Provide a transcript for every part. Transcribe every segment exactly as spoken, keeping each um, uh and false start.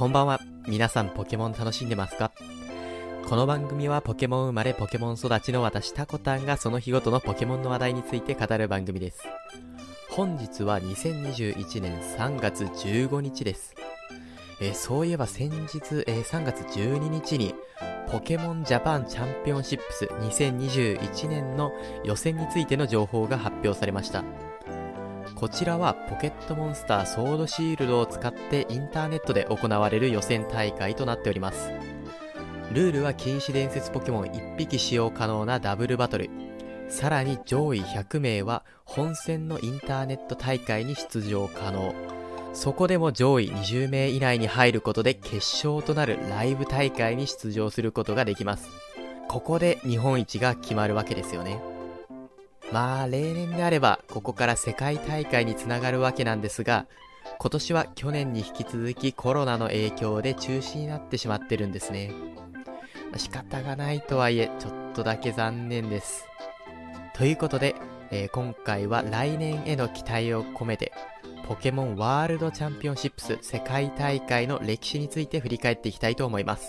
こんばんは。皆さんポケモン楽しんでますか？この番組はポケモン生まれポケモン育ちの私タコタンがその日ごとのポケモンの話題について語る番組です。本日はにせんにじゅういちねんさんがつじゅうごにちです。えー、そういえば先日、えー、さんがつじゅうににちにポケモンジャパンチャンピオンシップスにせんにじゅういちねんの予選についての情報が発表されました。こちらはポケットモンスターソードシールドを使ってインターネットで行われる予選大会となっております。ルールは禁止伝説ポケモンいっぴき使用可能なダブルバトル、さらに上位ひゃくめいは本戦のインターネット大会に出場可能。そこでも上位にじゅうめい以内に入ることで決勝となるライブ大会に出場することができます。ここで日本一が決まるわけですよね。まあ例年であればここから世界大会につながるわけなんですが、今年は去年に引き続きコロナの影響で中止になってしまってるんですね。仕方がないとはいえちょっとだけ残念です。ということで、えー、今回は来年への期待を込めてポケモンワールドチャンピオンシップス世界大会の歴史について振り返っていきたいと思います。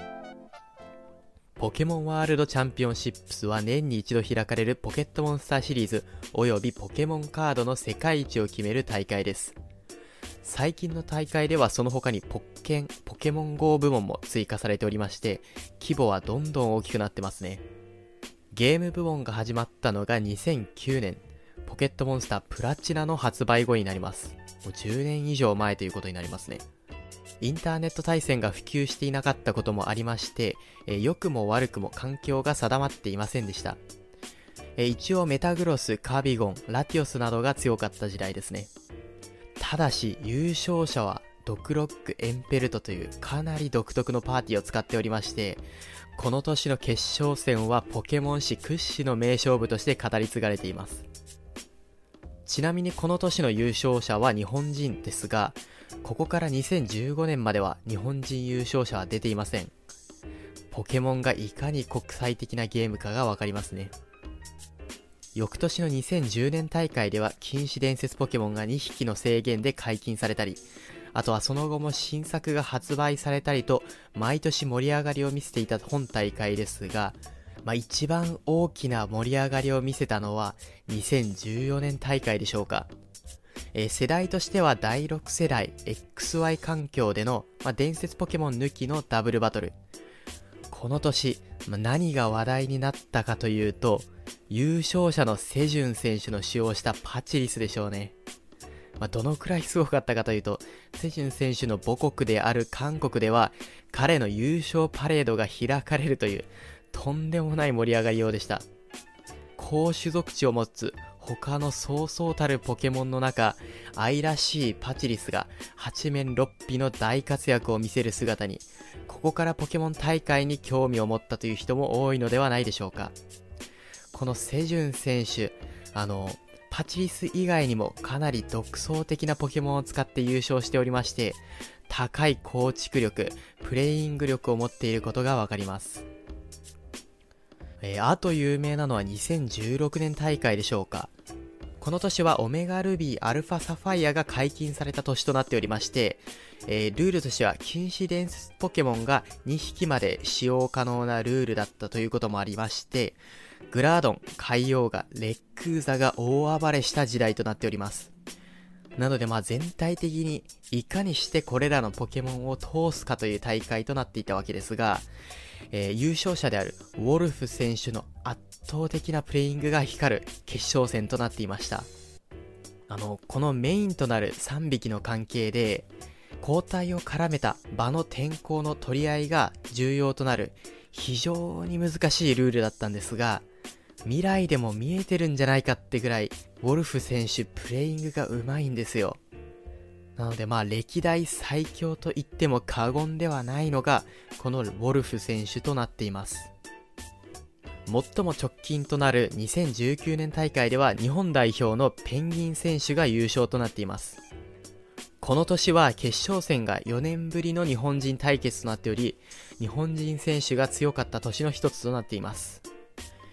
ポケモンワールドチャンピオンシップスは年に一度開かれるポケットモンスターシリーズおよびポケモンカードの世界一を決める大会です。最近の大会ではその他にポッケン、ポケモン ゴー 部門も追加されておりまして、規模はどんどん大きくなってますね。ゲーム部門が始まったのがにせんきゅうねん、ポケットモンスタープラチナの発売後になります。もうじゅうねん以上前ということになりますね。インターネット対戦が普及していなかったこともありまして、えー、良くも悪くも環境が定まっていませんでした。えー、一応メタグロス、カービゴン、ラティオスなどが強かった時代ですね。ただし優勝者はドクロック、エンペルトというかなり独特のパーティーを使っておりまして、この年の決勝戦はポケモン史屈指の名勝負として語り継がれています。ちなみにこの年の優勝者は日本人ですが、ここからにせんじゅうごねんまでは日本人優勝者は出ていません。ポケモンがいかに国際的なゲームかがわかりますね。翌年のにせんじゅうねん大会では禁止伝説ポケモンがにひきの制限で解禁されたり、あとはその後も新作が発売されたりと毎年盛り上がりを見せていた本大会ですが、まあ、一番大きな盛り上がりを見せたのはにせんじゅうよねん大会でしょうか。えー、世代としてはだいろくせだい エックスワイ 環境での、まあ、伝説ポケモン抜きのダブルバトル。この年、まあ、何が話題になったかというと、優勝者のセジュン選手の使用したパチリスでしょうね。まあ、どのくらいすごかったかというと、セジュン選手の母国である韓国では彼の優勝パレードが開かれるというとんでもない盛り上がりようでした。高種族値を持つ他のそうそうたるポケモンの中、愛らしいパチリスが八面六臂の大活躍を見せる姿に、ここからポケモン大会に興味を持ったという人も多いのではないでしょうか。このセジュン選手、あのパチリス以外にもかなり独創的なポケモンを使って優勝しておりまして、高い構築力、プレイング力を持っていることがわかります。えー、あと有名なのはにせんじゅうろくねん大会でしょうか。この年はオメガルビー、アルファサファイアが解禁された年となっておりまして、えー、ルールとしては禁止伝説ポケモンがにひきまで使用可能なルールだったということもありまして、グラードン、海洋ガ、レックーザが大暴れした時代となっております。なのでまあ全体的にいかにしてこれらのポケモンを通すかという大会となっていたわけですが、えー、優勝者であるウォルフ選手の圧倒的なプレイングが光る決勝戦となっていました。あのこのメインとなるさんびきの関係で交代を絡めた場の天候の取り合いが重要となる非常に難しいルールだったんですが、未来でも見えてるんじゃないかってぐらいウォルフ選手プレイングがうまいんですよ。なのでまあ歴代最強と言っても過言ではないのがこのウォルフ選手となっています。最も直近となるにせんじゅうきゅうねん大会では日本代表のペンギン選手が優勝となっています。この年は決勝戦がよねんぶりの日本人対決となっており、日本人選手が強かった年の一つとなっています。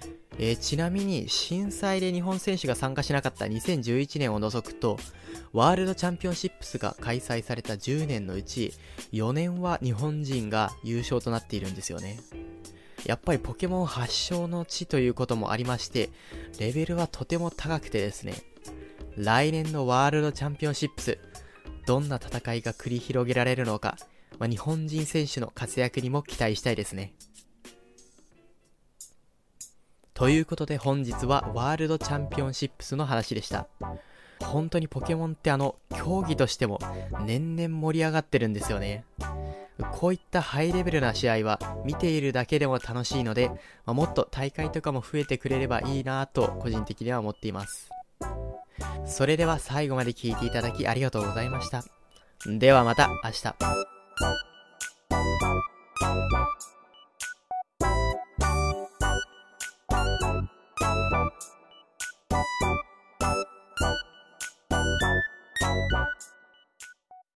えーちなみに震災で日本選手が参加しなかったにせんじゅういちねんを除くと、ワールドチャンピオンシップスが開催されたじゅうねんのうちよねんは日本人が優勝となっているんですよね。やっぱりポケモン発祥の地ということもありまして、レベルはとても高くてですね、来年のワールドチャンピオンシップス、どんな戦いが繰り広げられるのか、まあ、日本人選手の活躍にも期待したいですね。ということで本日はワールドチャンピオンシップスの話でした。本当にポケモンってあの競技としても年々盛り上がってるんですよね。こういったハイレベルな試合は見ているだけでも楽しいので、まあ、もっと大会とかも増えてくれればいいなぁと個人的には思っています。それでは最後まで聞いていただきありがとうございました。ではまた明日。